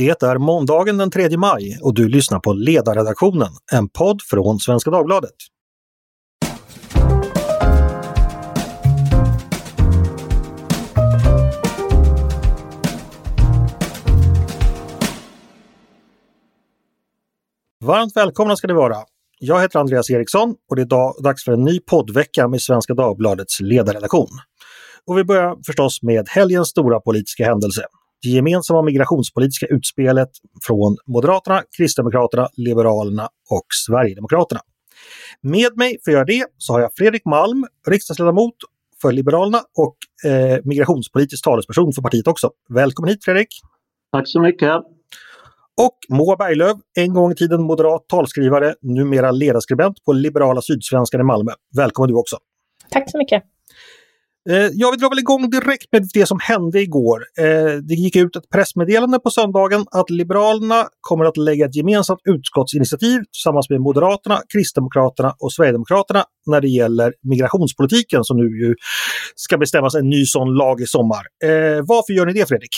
Det är måndagen den 3 maj och du lyssnar på Ledarredaktionen, en podd från Svenska Dagbladet. Varmt välkomna ska ni vara. Jag heter Andreas Eriksson och det är dags för en ny poddvecka med Svenska Dagbladets ledarredaktion. Och vi börjar förstås med helgens stora politiska händelse. Det gemensamma migrationspolitiska utspelet från Moderaterna, Kristdemokraterna, Liberalerna och Sverigedemokraterna. Med mig för att göra det så har jag Fredrik Malm, riksdagsledamot för Liberalerna och migrationspolitisk talesperson för partiet också. Välkommen hit Fredrik! Tack så mycket! Och Moa Berglöf, en gång i tiden moderat talskrivare, numera ledarskribent på Liberala Sydsvenskan i Malmö. Välkommen du också! Tack så mycket! Jag vill dra väl igång direkt med det som hände igår. Det gick ut ett pressmeddelande på söndagen att Liberalerna kommer att lägga ett gemensamt utskottsinitiativ tillsammans med Moderaterna, Kristdemokraterna och Sverigedemokraterna när det gäller migrationspolitiken som nu ju ska bestämmas en ny sån lag i sommar. Varför gör ni det, Fredrik?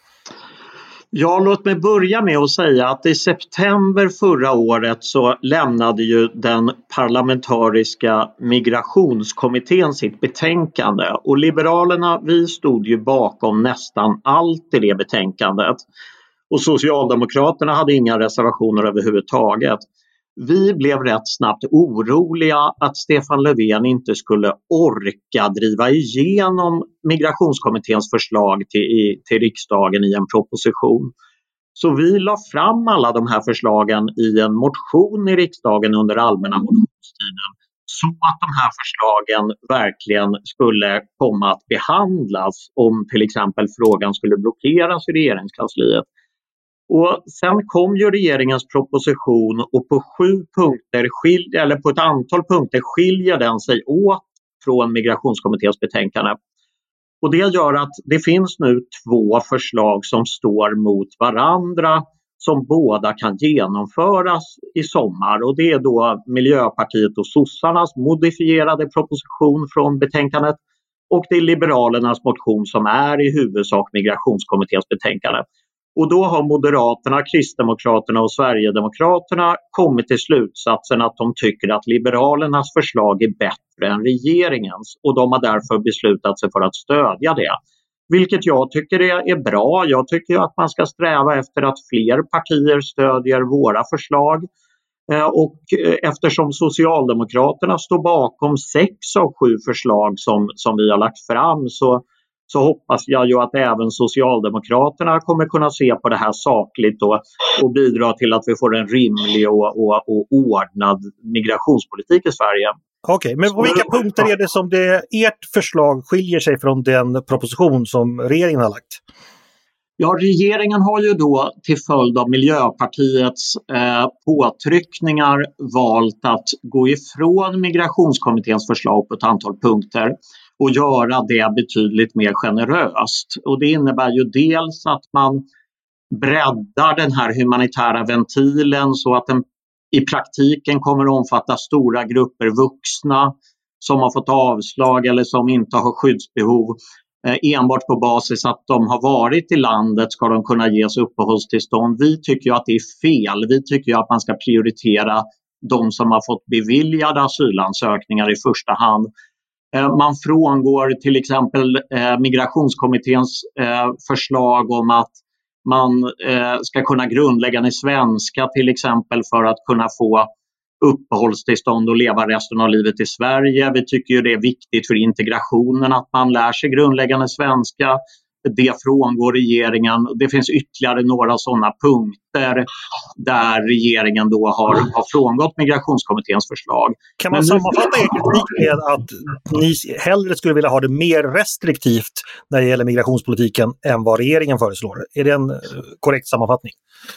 Ja, låt mig börja med att säga att i september förra året så lämnade ju den parlamentariska migrationskommittén sitt betänkande och Liberalerna, vi stod ju bakom nästan allt i det betänkandet och Socialdemokraterna hade inga reservationer överhuvudtaget. Vi blev rätt snabbt oroliga att Stefan Löfven inte skulle orka driva igenom migrationskommitténs förslag till riksdagen i en proposition. Så vi la fram alla de här förslagen i en motion i riksdagen under allmänna motionstiden så att de här förslagen verkligen skulle komma att behandlas om till exempel frågan skulle blockeras i regeringskansliet. Och sen kom ju regeringens proposition och på på ett antal punkter skiljer den sig åt från migrationskommitténs betänkande. Och det gör att det finns nu 2 förslag som står mot varandra som båda kan genomföras i sommar. Och det är då Miljöpartiet och Sossarnas modifierade proposition från betänkandet och det är Liberalernas motion som är i huvudsak migrationskommitténs betänkande. Och då har Moderaterna, Kristdemokraterna och Sverigedemokraterna kommit till slutsatsen att de tycker att Liberalernas förslag är bättre än regeringens. Och de har därför beslutat sig för att stödja det. Vilket jag tycker är bra. Jag tycker att man ska sträva efter att fler partier stödjer våra förslag. Och eftersom Socialdemokraterna står bakom 6 av 7 förslag som vi har lagt fram så hoppas jag ju att även Socialdemokraterna kommer kunna se på det här sakligt och bidra till att vi får en rimlig och ordnad migrationspolitik i Sverige. Okej, men på vilka punkter är det som ert förslag skiljer sig från den proposition som regeringen har lagt? Ja, regeringen har ju då till följd av Miljöpartiets påtryckningar valt att gå ifrån migrationskommitténs förslag på ett antal punkter och göra det betydligt mer generöst. Och det innebär ju dels att man breddar den här humanitära ventilen så att den i praktiken kommer att omfatta stora grupper vuxna som har fått avslag eller som inte har skyddsbehov. Enbart på basis att de har varit i landet ska de kunna ges uppehållstillstånd. Vi tycker att det är fel. Vi tycker att man ska prioritera de som har fått beviljade asylansökningar i första hand. Man frångår till exempel migrationskommitténs förslag om att man ska kunna grundläggande svenska till exempel för att kunna få uppehållstillstånd och leva resten av livet i Sverige. Vi tycker ju det är viktigt för integrationen att man lär sig grundläggande svenska. Det frångår regeringen. Det finns ytterligare några sådana punkter där regeringen då har frångått migrationskommitténs förslag. Kan man sammanfatta er kritik med att ni hellre skulle vilja ha det mer restriktivt när det gäller migrationspolitiken än vad regeringen föreslår? Är det en korrekt sammanfattning?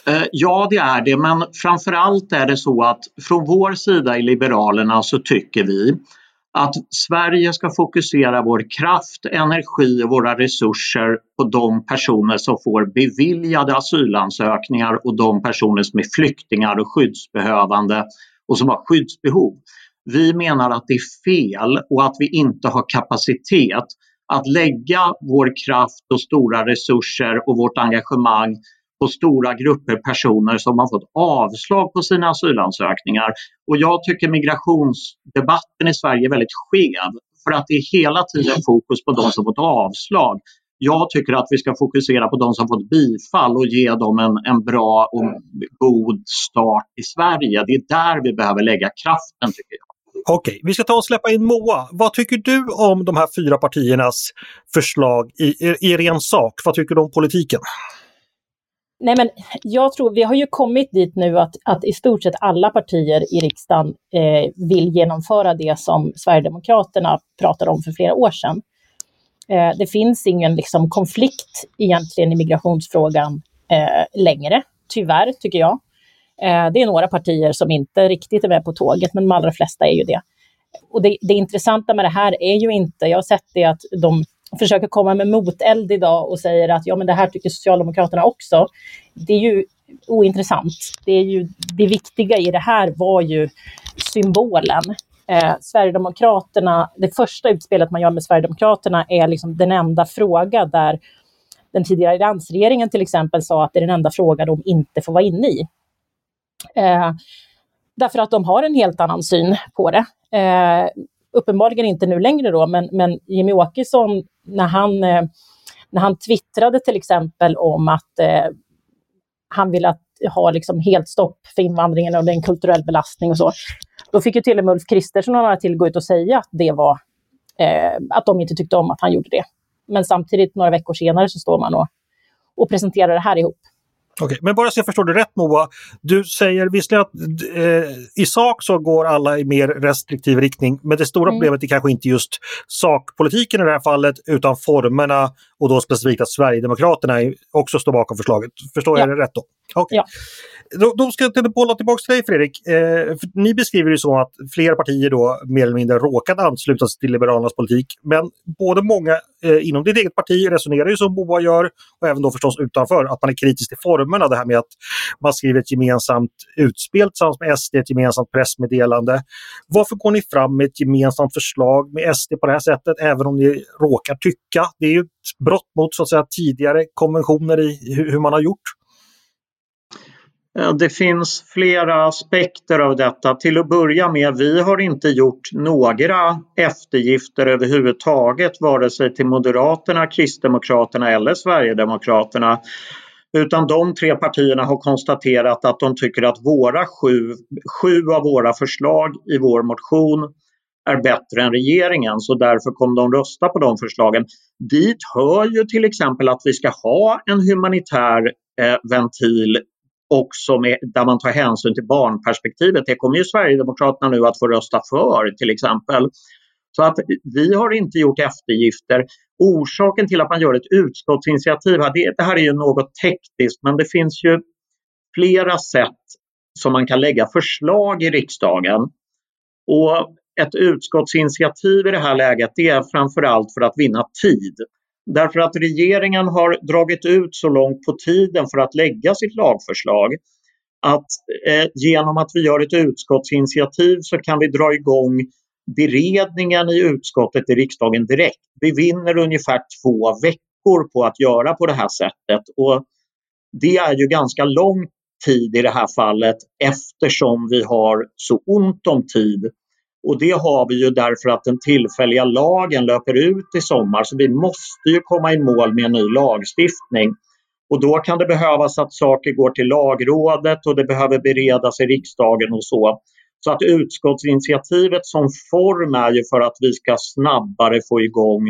Ja, det är det. Men framförallt är det så att från vår sida i Liberalerna så tycker vi att Sverige ska fokusera vår kraft, energi och våra resurser på de personer som får beviljade asylansökningar och de personer som är flyktingar och skyddsbehövande och som har skyddsbehov. Vi menar att det är fel och att vi inte har kapacitet att lägga vår kraft och stora resurser och vårt engagemang på stora grupper personer som har fått avslag på sina asylansökningar. Och jag tycker migrationsdebatten i Sverige är väldigt skev, för att det är hela tiden fokus på de som fått avslag. Jag tycker att vi ska fokusera på de som fått bifall och ge dem en bra och god start i Sverige. Det är där vi behöver lägga kraften, tycker jag. Okej, vi ska ta och släppa in Moa. Vad tycker du om de här 4 partiernas förslag i ren sak? Vad tycker du om politiken? Nej, men jag tror vi har ju kommit dit nu att i stort sett alla partier i riksdagen vill genomföra det som Sverigedemokraterna pratade om för flera år sedan. Det finns ingen konflikt egentligen i migrationsfrågan längre, tyvärr tycker jag. Det är några partier som inte riktigt är med på tåget, men de allra flesta är ju det. Och det intressanta med det här är ju inte, jag har sett det att de försöker komma med moteld idag och säger att ja, men det här tycker Socialdemokraterna också. Det är ju ointressant. Det viktiga i det här var ju symbolen. Sverigedemokraterna, det första utspelet man gör med Sverigedemokraterna är den enda fråga där den tidigare alliansregeringen till exempel sa att det är den enda fråga de inte får vara inne i. Därför att de har en helt annan syn på det. Uppenbarligen inte nu längre då, men Jimmie Åkesson när han twittrade till exempel om att han ville ha helt stopp för invandringen och det är en kulturell belastning och så. Då fick ju till och med Ulf Kristersson och några till gå ut och säga att det var att de inte tyckte om att han gjorde det. Men samtidigt några veckor senare så står man och presenterar det här ihop. Okej, men bara så jag förstår det rätt, Moa. Du säger visserligen att i sak så går alla i mer restriktiv riktning, men det stora problemet är kanske inte just sakpolitiken i det här fallet, utan formerna, och då specifikt att Sverigedemokraterna också står bakom förslaget. Förstår jag det rätt då? Okay. Ja. Då ska jag bolla tillbaka till dig, Fredrik. Ni beskriver det så att flera partier då mer eller mindre råkat ansluta sig till Liberalernas politik, men både många inom ditt eget parti resonerar ju som Moa gör, och även då förstås utanför, att man är kritisk till formerna, det här med att man skriver ett gemensamt utspel tillsammans med SD, ett gemensamt pressmeddelande. Varför går ni fram med ett gemensamt förslag med SD på det här sättet, även om ni råkar tycka? Det är ju ett brott mot så att säga tidigare konventioner i hur man har gjort. Det finns flera aspekter av detta. Till att börja med, vi har inte gjort några eftergifter överhuvudtaget, vare sig till Moderaterna, Kristdemokraterna eller Sverigedemokraterna. Utan de 3 partierna har konstaterat att de tycker att sju av våra förslag i vår motion är bättre än regeringen, så därför kommer de rösta på de förslagen. Dit hör ju till exempel att vi ska ha en humanitär ventil också där man tar hänsyn till barnperspektivet. Det kommer ju Sverigedemokraterna nu att få rösta för till exempel. Så att vi har inte gjort eftergifter. Orsaken till att man gör ett utskottsinitiativ, det här är ju något tekniskt, men det finns ju flera sätt som man kan lägga förslag i riksdagen. Och ett utskottsinitiativ i det här läget, det är framförallt för att vinna tid. Därför att regeringen har dragit ut så långt på tiden för att lägga sitt lagförslag att genom att vi gör ett utskottsinitiativ så kan vi dra igång beredningen i utskottet i riksdagen direkt. Vi vinner ungefär 2 veckor på att göra på det här sättet, och det är ju ganska lång tid i det här fallet eftersom vi har så ont om tid. Och det har vi ju därför att den tillfälliga lagen löper ut i sommar, så vi måste ju komma i mål med en ny lagstiftning. Och då kan det behövas att saker går till lagrådet och det behöver beredas i riksdagen och så. Så att utskottsinitiativet som form är ju för att vi ska snabbare få igång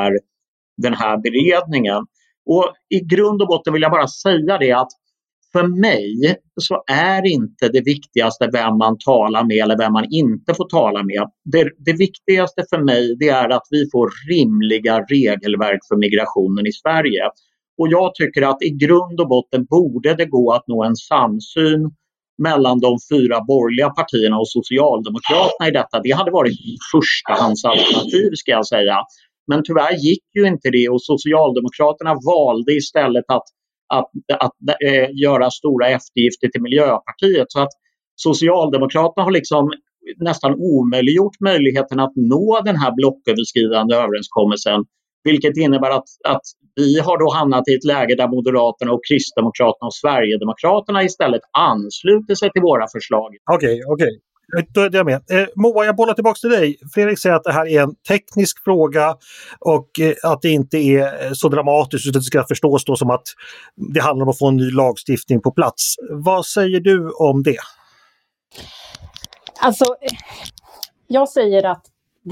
den här beredningen. Och i grund och botten vill jag bara säga det att för mig så är inte det viktigaste vem man talar med eller vem man inte får tala med. Det viktigaste för mig, det är att vi får rimliga regelverk för migrationen i Sverige. Och jag tycker att i grund och botten borde det gå att nå en samsyn mellan de 4 borgerliga partierna och Socialdemokraterna i detta. Det hade varit förstahandsalternativ, ska jag säga. Men tyvärr gick ju inte det, och Socialdemokraterna valde istället att göra stora eftergifter till Miljöpartiet. Så att Socialdemokraterna har liksom nästan omöjliggjort möjligheten att nå den här blocköverskridande överenskommelsen Vilket innebär att vi har då hamnat i ett läge där Moderaterna och Kristdemokraterna och Sverigedemokraterna istället ansluter sig till våra förslag. Okej. Då är jag med. Moa, jag bollar tillbaka till dig. Fredrik säger att det här är en teknisk fråga och att det inte är så dramatiskt, utan det ska förstås då som att det handlar om att få en ny lagstiftning på plats. Vad säger du om det? Alltså, jag säger att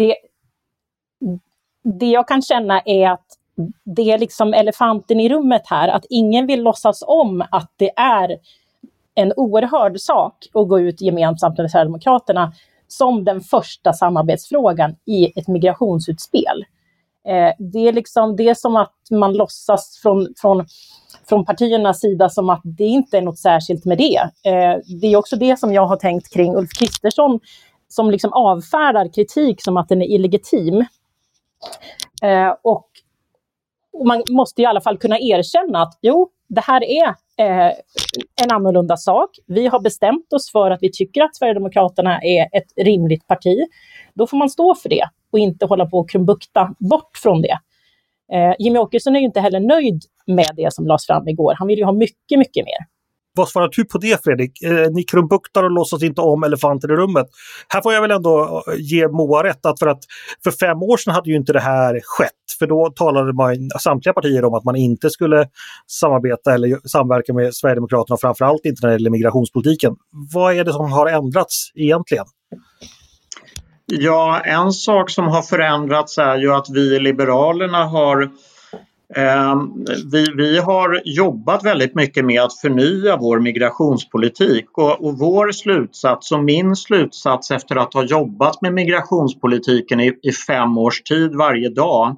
det jag kan känna är att det är liksom elefanten i rummet här, att ingen vill låtsas om att det är en oerhörd sak att gå ut gemensamt med Sverigedemokraterna som den första samarbetsfrågan i ett migrationsutspel. Det är liksom det är som att man låtsas från partiernas sida som att det inte är något särskilt med det. Det är också det som jag har tänkt kring Ulf Kristersson, som liksom avfärdar kritik som att den är illegitim. Och man måste i alla fall kunna erkänna att det här är en annorlunda sak. Vi har bestämt oss för att vi tycker att Sverigedemokraterna är ett rimligt parti. Då får man stå för det och inte hålla på och krumbukta bort från det. Jimmie Åkesson är ju inte heller nöjd med det som lades fram igår. Han vill ju ha mycket, mycket mer. Vad svarar du på det, Fredrik? Ni krumbuktar och låtsas inte om elefanter i rummet. Här får jag väl ändå ge Moa rätt, att för 5 år sedan hade ju inte det här skett. För då talade man samtliga partier om att man inte skulle samarbeta eller samverka med Sverigedemokraterna, framförallt inte när det gäller migrationspolitiken. Vad är det som har ändrats egentligen? Ja, en sak som har förändrats är ju att vi i Liberalerna har vi har jobbat väldigt mycket med att förnya vår migrationspolitik, och vår slutsats och min slutsats efter att ha jobbat med migrationspolitiken i 5 års tid varje dag,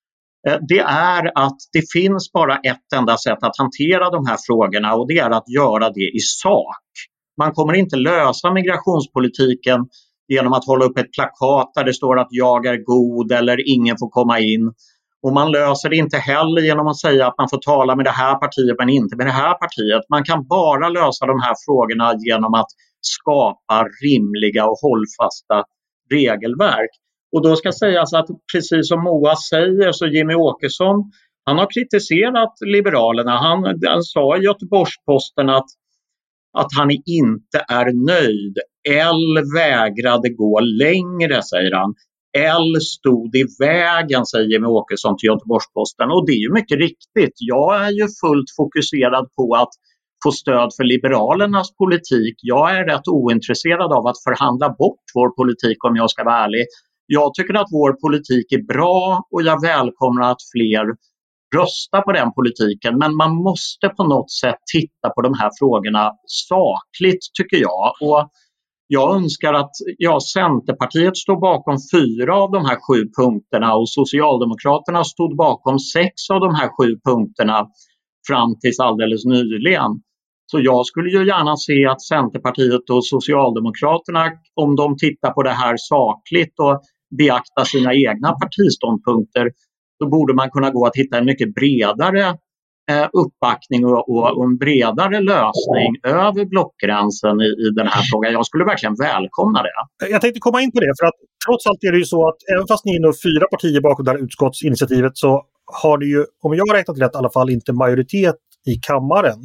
det är att det finns bara ett enda sätt att hantera de här frågorna, och det är att göra det i sak. Man kommer inte lösa migrationspolitiken genom att hålla upp ett plakat där det står att jag är god eller ingen får komma in. Och man löser det inte heller genom att säga att man får tala med det här partiet men inte med det här partiet. Man kan bara lösa de här frågorna genom att skapa rimliga och hållfasta regelverk. Och då ska sägas att precis som Moa säger, så Jimmie Åkesson, han har kritiserat Liberalerna. Han sa i Göteborgs-Posten att han inte är nöjd. L vägrade gå längre, säger han. L stod i vägen, säger Jimmie Åkesson till Göteborgs-Posten. Och det är ju mycket riktigt. Jag är ju fullt fokuserad på att få stöd för Liberalernas politik. Jag är rätt ointresserad av att förhandla bort vår politik, om jag ska vara ärlig. Jag tycker att vår politik är bra och jag välkomnar att fler röstar på den politiken. Men man måste på något sätt titta på de här frågorna sakligt, tycker jag. Och jag önskar att Centerpartiet står bakom 4 av de här 7 punkterna och Socialdemokraterna stod bakom 6 av de här 7 punkterna fram tills alldeles nyligen. Så jag skulle ju gärna se att Centerpartiet och Socialdemokraterna, om de tittar på det här sakligt och beaktar sina egna partiståndpunkter, då borde man kunna gå att hitta en mycket bredare uppbackning och en bredare lösning över blockgränsen i den här frågan. Jag skulle verkligen välkomna det. Jag tänkte komma in på det, för att trots allt är det ju så att även fast ni är nog 4 partier bakom det här utskottsinitiativet, så har det ju, om jag har räknat rätt, i alla fall inte majoritet i kammaren.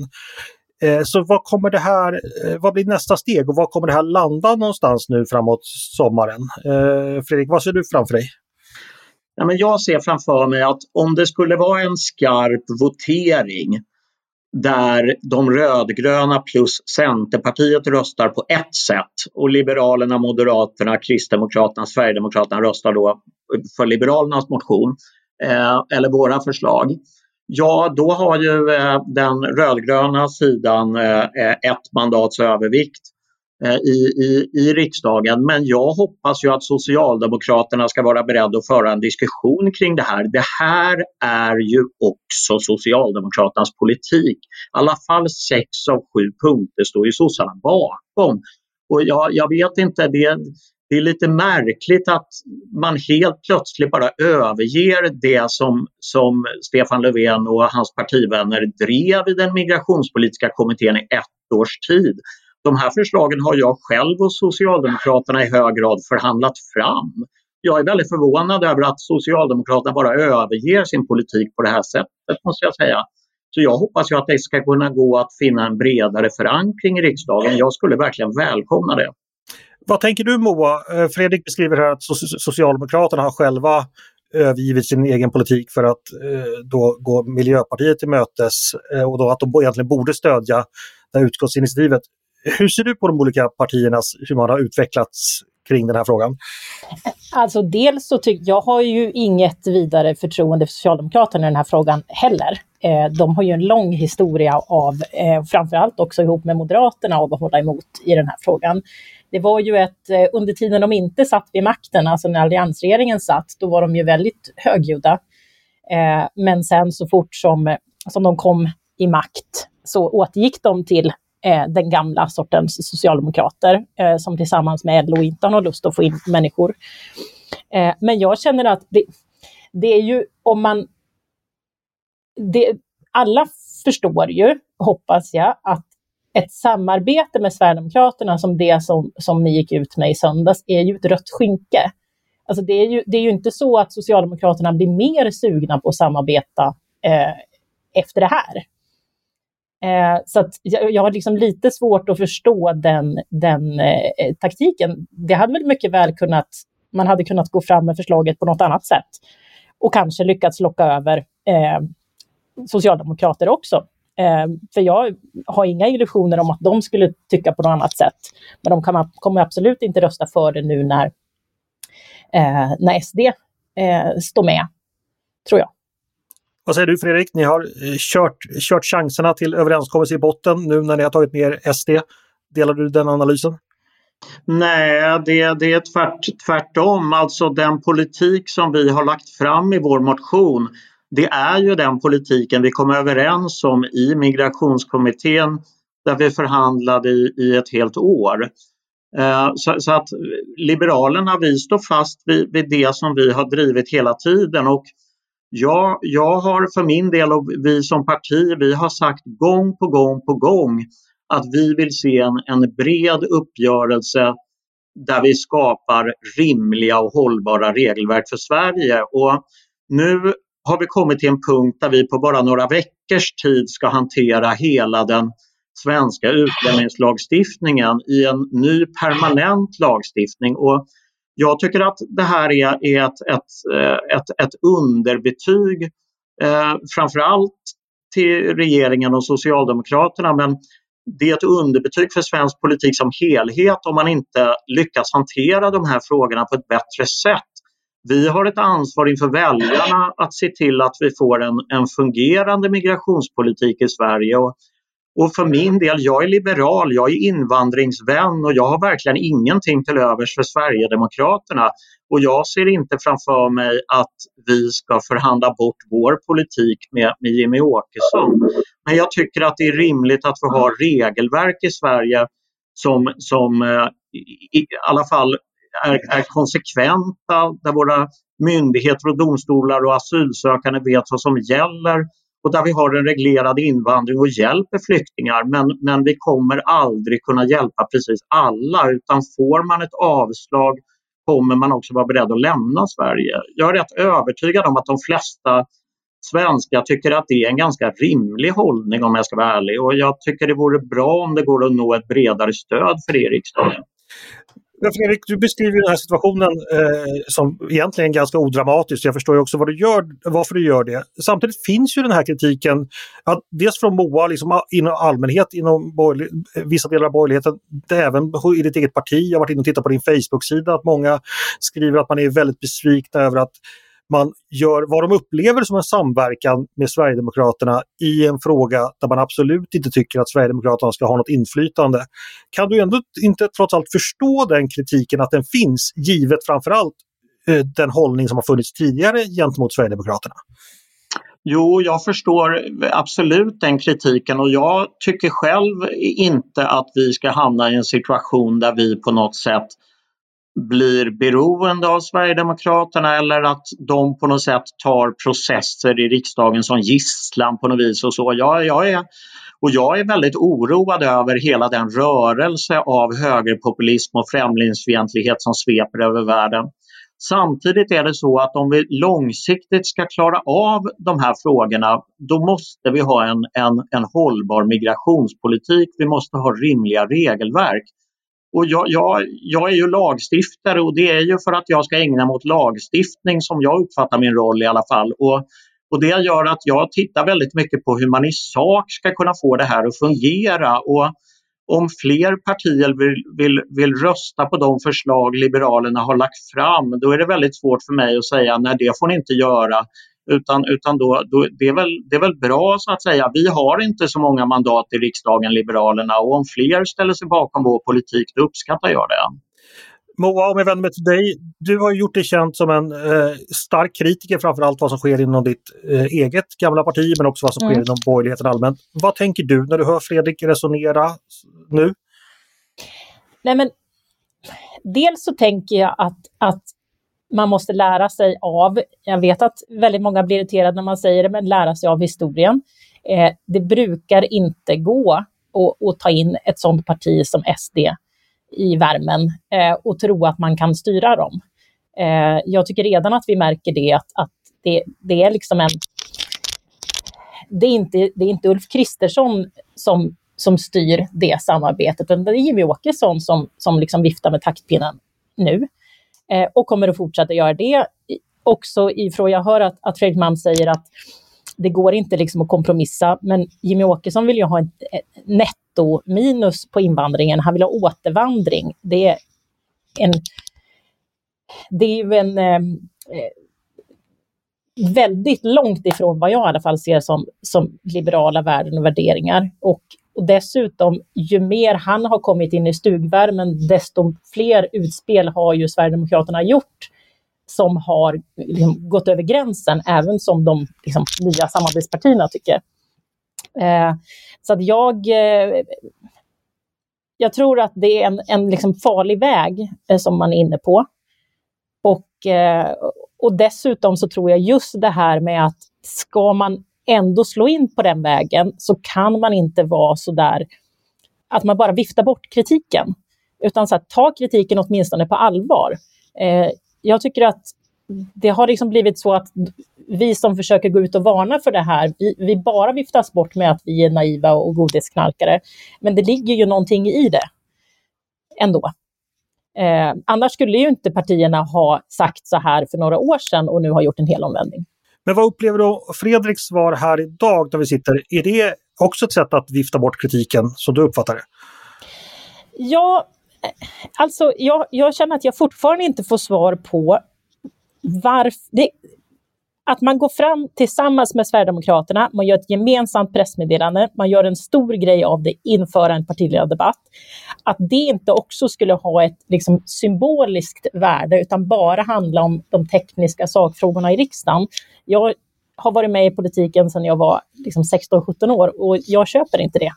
Så vad blir nästa steg och vad kommer det här landa någonstans nu framåt sommaren? Fredrik, vad ser du framför dig? Ja, men jag ser framför mig att om det skulle vara en skarp votering där de rödgröna plus Centerpartiet röstar på ett sätt och Liberalerna, Moderaterna, Kristdemokraterna, Sverigedemokraterna röstar då för Liberalernas motion eller våra förslag, ja, då har ju den rödgröna sidan ett mandats övervikt i riksdagen. Men jag hoppas ju att Socialdemokraterna ska vara beredda att föra en diskussion kring det här. Det här är ju också Socialdemokraternas politik. I alla fall 6 av 7 punkter står ju sossarna bakom. Och jag vet inte, det är lite märkligt att man helt plötsligt bara överger det som Stefan Löfven och hans partivänner drev i den migrationspolitiska kommittén i 1 års tid. De här förslagen har jag själv och Socialdemokraterna i hög grad förhandlat fram. jag är väldigt förvånad över att Socialdemokraterna bara överger sin politik på det här sättet, måste jag säga. Så jag hoppas ju att det ska kunna gå att finna en bredare förankring i riksdagen. Jag skulle verkligen välkomna det. Vad tänker du, Moa? Fredrik beskriver här att Socialdemokraterna har själva övergivit sin egen politik för att då gå Miljöpartiet till mötes och då att de egentligen borde stödja det här utskottsinitiativet. Hur ser du på de olika partiernas, hur man har utvecklats kring den här frågan? Alltså dels så jag har ju inget vidare förtroende för Socialdemokraterna i den här frågan heller. De har ju en lång historia av, framförallt också ihop med Moderaterna, av att hålla emot i den här frågan. Det var ju under tiden de inte satt vid makten, alltså när alliansregeringen satt, då var de ju väldigt högljudda. Men sen så fort som de kom i makt så återgick de till den gamla sortens socialdemokrater som tillsammans med LO inte har någon lust att få in människor. Men jag känner att det är ju alla förstår ju, hoppas jag, att ett samarbete med Sverigedemokraterna som det som ni gick ut med i söndags är ju ett rött skynke. Alltså det är ju inte så att Socialdemokraterna blir mer sugna på att samarbeta efter det här. Så att jag har liksom lite svårt att förstå den taktiken. Det hade väl mycket väl man hade kunnat gå fram med förslaget på något annat sätt och kanske lyckats locka över socialdemokrater också. För jag har inga illusioner om att de skulle tycka på något annat sätt. Men de kommer absolut inte rösta för det nu när SD står med, tror jag. Vad säger du, Fredrik? Ni har kört chanserna till överenskommelse i botten nu när ni har tagit med SD. Delar du den analysen? Nej, det är tvärtom. Alltså den politik som vi har lagt fram i vår motion, det är ju den politiken vi kom överens om i migrationskommittén där vi förhandlade i ett helt år. Så att Liberalerna, vi står fast vid det som vi har drivit hela tiden, och jag har för min del, och vi som parti, vi har sagt gång på gång att vi vill se en bred uppgörelse där vi skapar rimliga och hållbara regelverk för Sverige. Och nu har vi kommit till en punkt där vi på bara några veckors tid ska hantera hela den svenska utlänningslagstiftningen i en ny permanent lagstiftning. Och jag tycker att det här är ett underbetyg framförallt till regeringen och Socialdemokraterna, men det är ett underbetyg för svensk politik som helhet om man inte lyckas hantera de här frågorna på ett bättre sätt. Vi har ett ansvar inför väljarna att se till att vi får en fungerande migrationspolitik i Sverige. Och för min del, jag är liberal, jag är invandringsvän och jag har verkligen ingenting till övers för Sverigedemokraterna. Och jag ser inte framför mig att vi ska förhandla bort vår politik med Jimmie Åkesson. Men jag tycker att det är rimligt att vi har regelverk i Sverige som i alla fall är konsekventa, där våra myndigheter och domstolar och asylsökande vet vad som gäller, och där vi har en reglerad invandring och hjälper flyktingar. Men vi kommer aldrig kunna hjälpa precis alla, utan får man ett avslag kommer man också vara beredd att lämna Sverige. Jag är rätt övertygad om att de flesta svenskar tycker att det är en ganska rimlig hållning, om jag ska vara ärlig. Och jag tycker det vore bra om det går att nå ett bredare stöd för det i riksdagen. Fredrik, du beskriver den här situationen som egentligen ganska odramatisk. Jag förstår ju också varför du gör det. Samtidigt finns ju den här kritiken, att dels från Moa, liksom inom allmänhet, inom vissa delar av borgerligheten, även i ditt eget parti. Jag har varit inne och tittat på din Facebook-sida, att många skriver att man är väldigt besvikna över att man gör vad de upplever som en samverkan med Sverigedemokraterna i en fråga där man absolut inte tycker att Sverigedemokraterna ska ha något inflytande. Kan du ändå inte trots allt förstå den kritiken, att den finns, givet framförallt den hållning som har funnits tidigare gentemot Sverigedemokraterna? Jo, jag förstår absolut den kritiken, och jag tycker själv inte att vi ska hamna i en situation där vi på något sätt blir beroende av Sverigedemokraterna, eller att de på något sätt tar processer i riksdagen som gisslan på något vis och så. Jag är väldigt oroad över hela den rörelse av högerpopulism och främlingsfientlighet som sveper över världen. Samtidigt är det så att om vi långsiktigt ska klara av de här frågorna, då måste vi ha en hållbar migrationspolitik. Vi måste ha rimliga regelverk. Och jag är ju lagstiftare, och det är ju för att jag ska ägna mig åt lagstiftning som jag uppfattar min roll i alla fall. Och det gör att jag tittar väldigt mycket på hur man i sak ska kunna få det här att fungera. Och om fler partier vill rösta på de förslag Liberalerna har lagt fram, då är det väldigt svårt för mig att säga nej, det får ni inte göra. Utan då det är väl bra så att säga. Vi har inte så många mandat i riksdagen, Liberalerna, och om fler ställer sig bakom vår politik, då uppskattar jag det. Moa, om jag vänder mig till dig. Du har gjort dig känd som en stark kritiker framförallt vad som sker inom ditt eget gamla parti, men också vad som sker inom borgerligheten allmänt. Vad tänker du när du hör Fredrik resonera nu? Nej, men dels så tänker jag att man måste lära sig av, jag vet att väldigt många blir irriterade när man säger det, men lära sig av historien. Det brukar inte gå att ta in ett sådant parti som SD i värmen och tro att man kan styra dem. Jag tycker redan att vi märker det, att det är liksom det är inte Ulf Kristersson som styr det samarbetet, utan det är Jimmie Åkesson som liksom viftar med taktpinnen nu. Och kommer att fortsätta göra det. Också ifrån jag hör att Fredrik Malm säger att det går inte liksom att kompromissa, men Jimmie Åkesson vill ju ha ett netto minus på invandringen. Han vill ha återvandring. Det är ju en väldigt långt ifrån vad jag i alla fall ser som liberala värden och värderingar. Och dessutom, ju mer han har kommit in i stugvärmen, desto fler utspel har ju Sverigedemokraterna gjort som har liksom gått över gränsen, även som de liksom nya samarbetspartierna tycker. Så att jag tror att det är en liksom farlig väg som man är inne på. Och dessutom så tror jag just det här med att ska man ändå slå in på den vägen, så kan man inte vara så där att man bara viftar bort kritiken, utan så att ta kritiken åtminstone på allvar. Jag tycker att det har liksom blivit så att vi som försöker gå ut och varna för det här, vi bara viftas bort med att vi är naiva och godisknarkare, men det ligger ju någonting i det ändå. Annars skulle ju inte partierna ha sagt så här för några år sedan och nu har gjort en hel omvändning. Men vad upplever du Fredriks svar här idag när vi sitter? Är det också ett sätt att vifta bort kritiken som du uppfattar det? Ja, alltså jag känner att jag fortfarande inte får svar på varför att man går fram tillsammans med Sverigedemokraterna, man gör ett gemensamt pressmeddelande, man gör en stor grej av det inför en partiledardebatt. Att det inte också skulle ha ett liksom symboliskt värde utan bara handla om de tekniska sakfrågorna i riksdagen. Jag har varit med i politiken sedan jag var liksom 16-17 år och jag köper inte det.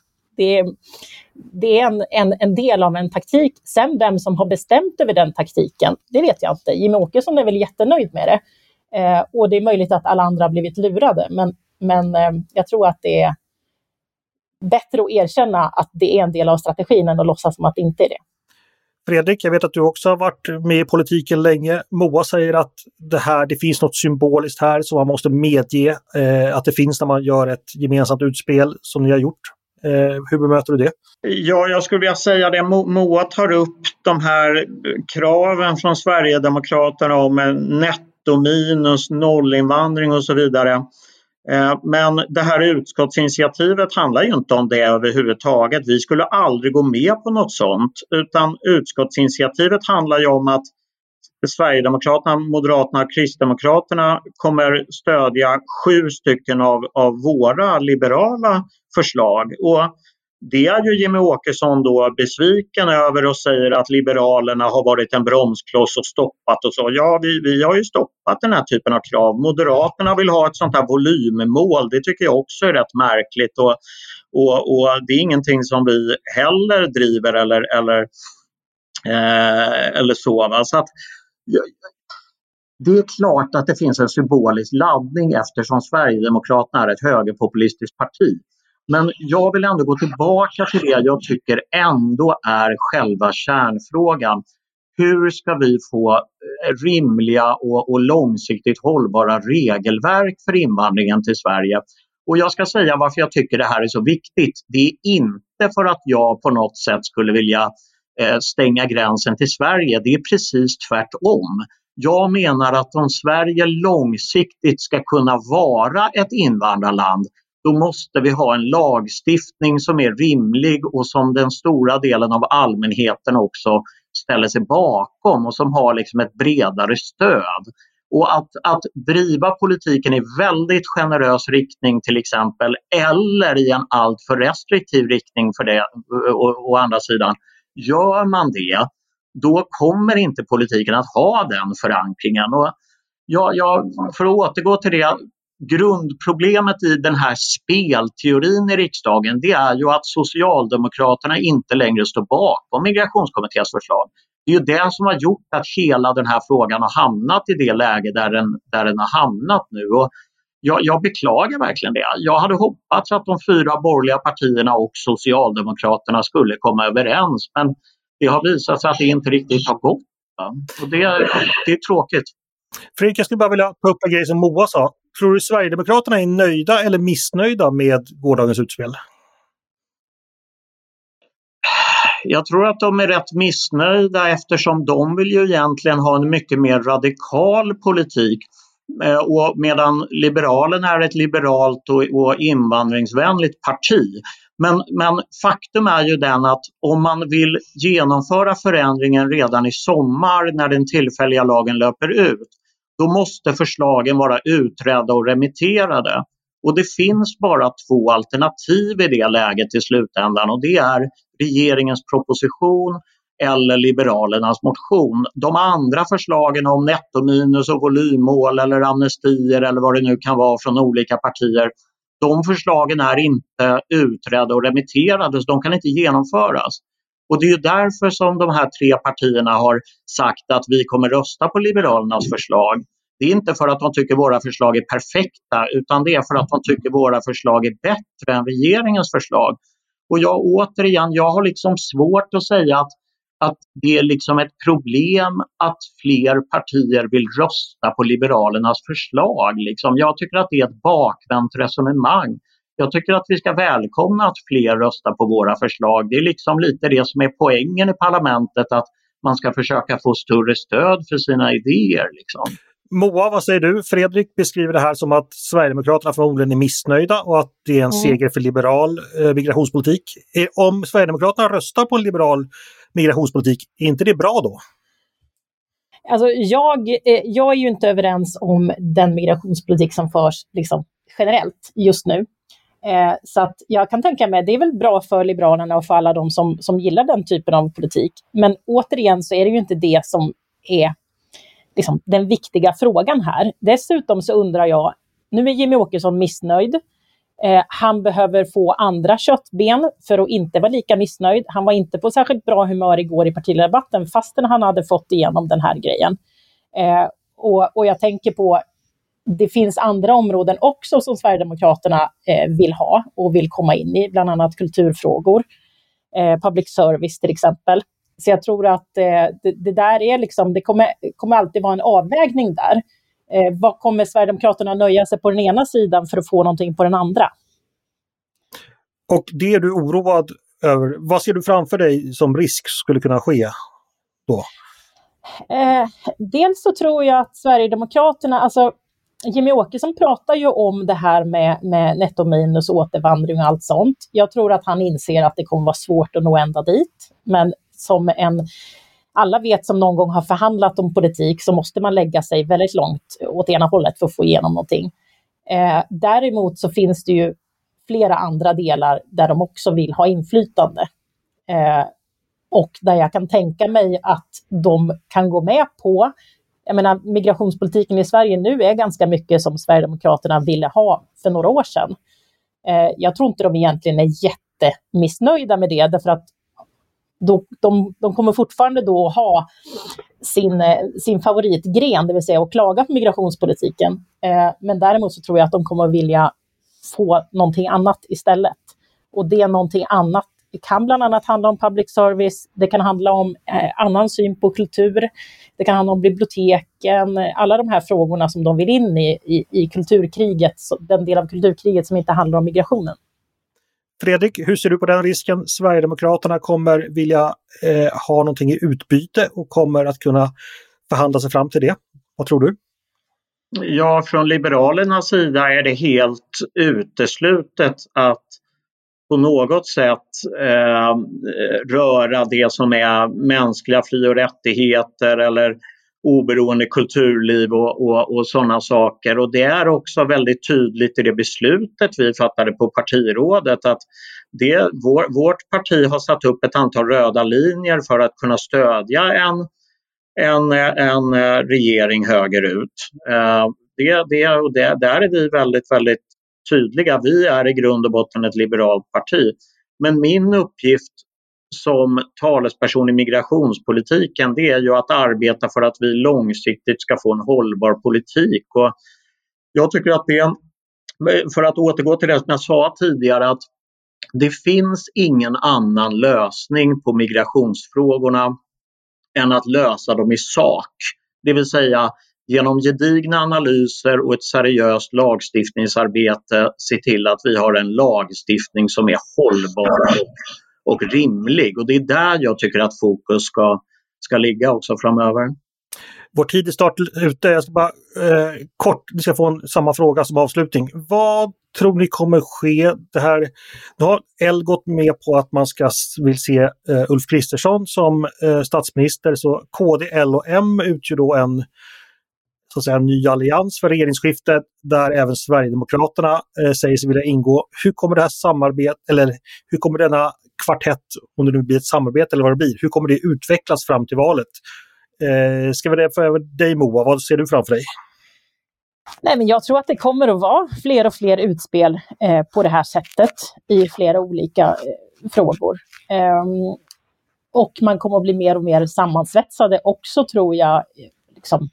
Det är en del av en taktik. Sen vem som har bestämt över den taktiken, det vet jag inte. Jimmie Åkesson är väl jättenöjd med det. Och det är möjligt att alla andra har blivit lurade. Men jag tror att det är bättre att erkänna att det är en del av strategin än att låtsas som att det inte är det. Fredrik, jag vet att du också har varit med i politiken länge. Moa säger att det finns något symboliskt här som man måste medge att det finns när man gör ett gemensamt utspel som ni har gjort. Hur bemöter du det? Ja, jag skulle vilja säga det. Moa tar upp de här kraven från Sverigedemokraterna om netto minus, nollinvandring och så vidare. Men det här utskottsinitiativet handlar ju inte om det överhuvudtaget. Vi skulle aldrig gå med på något sånt, utan utskottsinitiativet handlar ju om att Sverigedemokraterna, Moderaterna och Kristdemokraterna kommer stödja 7 stycken av våra liberala förslag. Och det är ju Jimmie Åkesson då besviken över och säger att Liberalerna har varit en bromskloss och stoppat och så. Ja, vi har ju stoppat den här typen av krav. Moderaterna vill ha ett sånt här volymmål. Det tycker jag också är rätt märkligt och det är ingenting som vi heller driver eller så. Va? Så att, det är klart att det finns en symbolisk laddning eftersom Sverigedemokraterna är ett högerpopulistiskt parti. Men jag vill ändå gå tillbaka till det jag tycker ändå är själva kärnfrågan. hur ska vi få rimliga och långsiktigt hållbara regelverk för invandringen till Sverige? Och jag ska säga varför jag tycker det här är så viktigt. Det är inte för att jag på något sätt skulle vilja stänga gränsen till Sverige. Det är precis tvärtom. Jag menar att om Sverige långsiktigt ska kunna vara ett invandrarland, då måste vi ha en lagstiftning som är rimlig och som den stora delen av allmänheten också ställer sig bakom och som har liksom ett bredare stöd. Och att driva politiken i väldigt generös riktning till exempel, eller i en alltför restriktiv riktning för det, å andra sidan, gör man det, då kommer inte politiken att ha den förankringen. Och för att återgå till det, grundproblemet i den här spelteorin i riksdagen, det är ju att Socialdemokraterna inte längre står bakom migrationskommitténs förslag. Det är ju det som har gjort att hela den här frågan har hamnat i det läge där den har hamnat nu. Och jag beklagar verkligen det. Jag hade hoppats att de 4 borgerliga partierna och Socialdemokraterna skulle komma överens, men det har visat sig att det inte riktigt har gått. Och det är tråkigt. Fredrik, jag skulle bara vilja ta upp en grej som Moa sa. Tror du Sverigedemokraterna är nöjda eller missnöjda med gårdagens utspel? Jag tror att de är rätt missnöjda eftersom de vill ju egentligen ha en mycket mer radikal politik. Och medan Liberalerna är ett liberalt och invandringsvänligt parti. Men faktum är ju den att om man vill genomföra förändringen redan i sommar när den tillfälliga lagen löper ut, då måste förslagen vara utredda och remitterade. Och det finns bara 2 alternativ i det läget i slutändan, och det är regeringens proposition eller Liberalernas motion. De andra förslagen om nettominus och volymmål eller amnestier eller vad det nu kan vara från olika partier, de förslagen är inte utredda och remitterade, så de kan inte genomföras. Och det är ju därför som de här 3 partierna har sagt att vi kommer rösta på Liberalernas förslag. Det är inte för att de tycker våra förslag är perfekta, utan det är för att de tycker våra förslag är bättre än regeringens förslag. Och jag har liksom svårt att säga att det är liksom ett problem att fler partier vill rösta på Liberalernas förslag. Liksom. Jag tycker att det är ett bakvänt resonemang. Jag tycker att vi ska välkomna att fler röstar på våra förslag. Det är liksom lite det som är poängen i parlamentet, att man ska försöka få större stöd för sina idéer. Liksom. Moa, vad säger du? Fredrik beskriver det här som att Sverigedemokraterna förmodligen är missnöjda och att det är en seger för liberal migrationspolitik. Om Sverigedemokraterna röstar på en liberal migrationspolitik, är inte det bra då? Alltså jag är ju inte överens om den migrationspolitik som förs liksom generellt just nu. Så att jag kan tänka mig, det är väl bra för Liberalerna och för alla de som gillar den typen av politik. Men återigen så är det ju inte det som är liksom den viktiga frågan här. Dessutom så undrar jag, nu är Jimmie Åkesson missnöjd. Han behöver få andra köttben för att inte vara lika missnöjd. Han var inte på särskilt bra humör igår i partiledardebatten fastän han hade fått igenom den här grejen. Och jag tänker på, det finns andra områden också som Sverigedemokraterna vill ha och vill komma in i, bland annat kulturfrågor, public service till exempel. Så jag tror att det där är liksom, det kommer alltid vara en avvägning där. Vad kommer Sverigedemokraterna nöja sig på den ena sidan för att få någonting på den andra? Och det är du oroad över. Vad ser du framför dig som risk skulle kunna ske då? Dels så tror jag att Sverigedemokraterna, alltså Jimmie Åkesson pratar ju om det här med nettominus, återvandring och allt sånt. Jag tror att han inser att det kommer vara svårt att nå ända dit. Men alla vet som någon gång har förhandlat om politik, så måste man lägga sig väldigt långt åt ena hållet för att få igenom någonting. Däremot så finns det ju flera andra delar där de också vill ha inflytande. Och där jag kan tänka mig att de kan gå med på, jag menar, migrationspolitiken i Sverige nu är ganska mycket som Sverigedemokraterna ville ha för några år sedan. Jag tror inte de egentligen är jättemissnöjda med det, därför att de kommer fortfarande då ha sin favoritgren, det vill säga att klaga på migrationspolitiken. Men däremot så tror jag att de kommer vilja få någonting annat istället. Och det någonting annat Det kan bland annat handla om public service, det kan handla om annan syn på kultur, det kan handla om biblioteken, alla de här frågorna som de vill in i kulturkriget, den del av kulturkriget som inte handlar om migrationen. Fredrik, hur ser du på den risken? Sverigedemokraterna kommer vilja ha någonting i utbyte och kommer att kunna förhandla sig fram till det. Vad tror du? Ja, från Liberalernas sida är det helt uteslutet att på något sätt röra det som är mänskliga fri- och rättigheter eller oberoende kulturliv och sådana saker. Och det är också väldigt tydligt i det beslutet vi fattade på partirådet att vårt parti har satt upp ett antal röda linjer för att kunna stödja en regering högerut. Där är vi väldigt, väldigt tydliga. Vi är i grund och botten ett liberalt parti. Men min uppgift som talesperson i migrationspolitiken, det är ju att arbeta för att vi långsiktigt ska få en hållbar politik. Och jag tycker att för att återgå till det som jag sa tidigare, att det finns ingen annan lösning på migrationsfrågorna än att lösa dem i sak. Det vill säga genom gedigna analyser och ett seriöst lagstiftningsarbete se till att vi har en lagstiftning som är hållbar och rimlig. Och det är där jag tycker att fokus ska ligga också framöver. Vår tid är snart ute. Jag ska bara kort, ni ska få samma fråga som avslutning. Vad tror ni kommer ske? Nu har L gått med på att man vill se Ulf Kristersson som statsminister. Så KD, L och M utgör då en så att säga, ny allians för regeringsskiftet där även Sverigedemokraterna säger sig vilja ingå. Hur kommer det här samarbetet, eller hur kommer denna kvartett, om det nu blir ett samarbete eller vad det blir, hur kommer det utvecklas fram till valet? Ska vi få över dig, Moa? Vad ser du framför dig? Nej, men jag tror att det kommer att vara fler och fler utspel på det här sättet i flera olika frågor. Och man kommer att bli mer och mer sammansvetsade också, tror jag, liksom,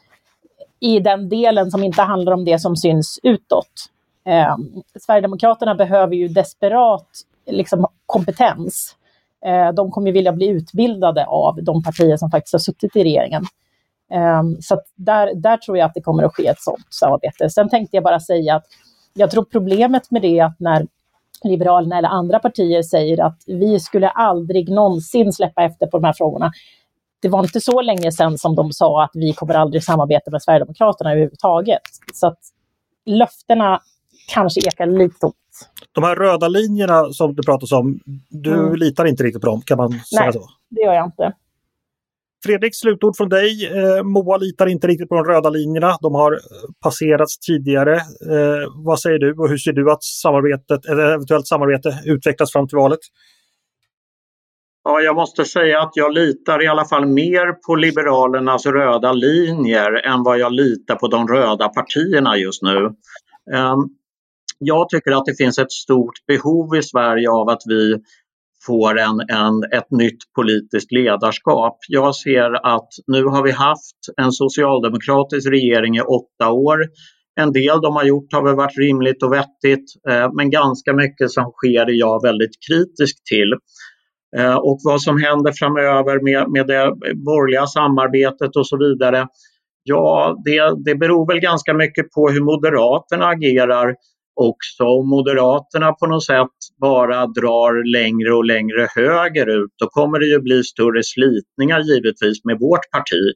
i den delen som inte handlar om det som syns utåt. Sverigedemokraterna behöver ju desperat liksom, kompetens. De kommer vilja bli utbildade av de partier som faktiskt har suttit i regeringen. Så att där tror jag att det kommer att ske ett sådant samarbete. Sen tänkte jag bara säga att jag tror problemet med det är att när Liberalerna eller andra partier säger att vi skulle aldrig någonsin släppa efter på de här frågorna. Det var inte så länge sedan som de sa att vi kommer aldrig samarbeta med Sverigedemokraterna överhuvudtaget. Så att löftena kanske ekar lite tomt. De här röda linjerna som du pratar om, du litar inte riktigt på dem, kan man säga så? Nej, det gör jag inte. Fredrik, slutord från dig. Moa litar inte riktigt på de röda linjerna. De har passerats tidigare. Vad säger du och hur ser du att eventuellt samarbete utvecklas fram till valet? Ja, jag måste säga att jag litar i alla fall mer på Liberalernas röda linjer än vad jag litar på de röda partierna just nu. Jag tycker att det finns ett stort behov i Sverige av att vi får ett nytt politiskt ledarskap. Jag ser att nu har vi haft en socialdemokratisk regering i 8 år. En del de har gjort har väl varit rimligt och vettigt, men ganska mycket som sker är jag väldigt kritisk till. Och vad som händer framöver med det borgerliga samarbetet och så vidare, ja, det beror väl ganska mycket på hur Moderaterna agerar också. Om Moderaterna på något sätt bara drar längre och längre högerut, då kommer det ju bli större slitningar givetvis med vårt parti.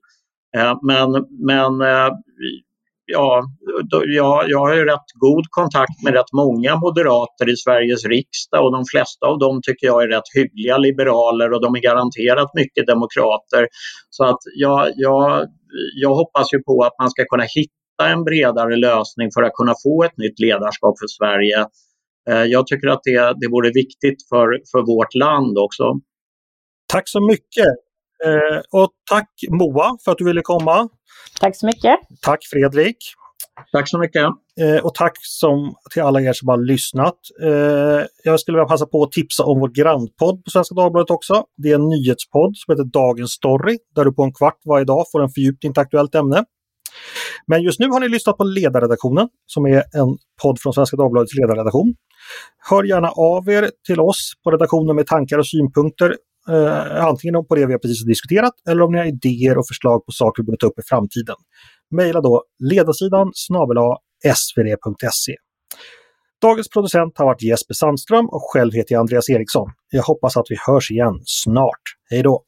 Jag har ju rätt god kontakt med rätt många moderater i Sveriges riksdag och de flesta av dem tycker jag är rätt hyggliga liberaler och de är garanterat mycket demokrater. Så att jag hoppas ju på att man ska kunna hitta en bredare lösning för att kunna få ett nytt ledarskap för Sverige. Jag tycker att det vore viktigt för vårt land också. Tack så mycket. Och tack Moa för att du ville komma. Tack så mycket. Tack Fredrik. Tack så mycket. Och tack till alla er som har lyssnat. Jag skulle vilja passa på att tipsa om vår grannpodd på Svenska Dagbladet också. Det är en nyhetspodd som heter Dagens Story, där du på en kvart varje dag får en fördjupning till aktuellt ämne. Men just nu har ni lyssnat på Ledarredaktionen som är en podd från Svenska Dagbladets ledarredaktion. Hör gärna av er till oss på redaktionen med tankar och synpunkter, antingen på det vi har precis diskuterat eller om ni har idéer och förslag på saker vi borde ta upp i framtiden. Maila då ledarsidan@svd.se. Dagens producent har varit Jesper Sandström och själv heter jag Andreas Eriksson. Jag hoppas att vi hörs igen snart. Hej då!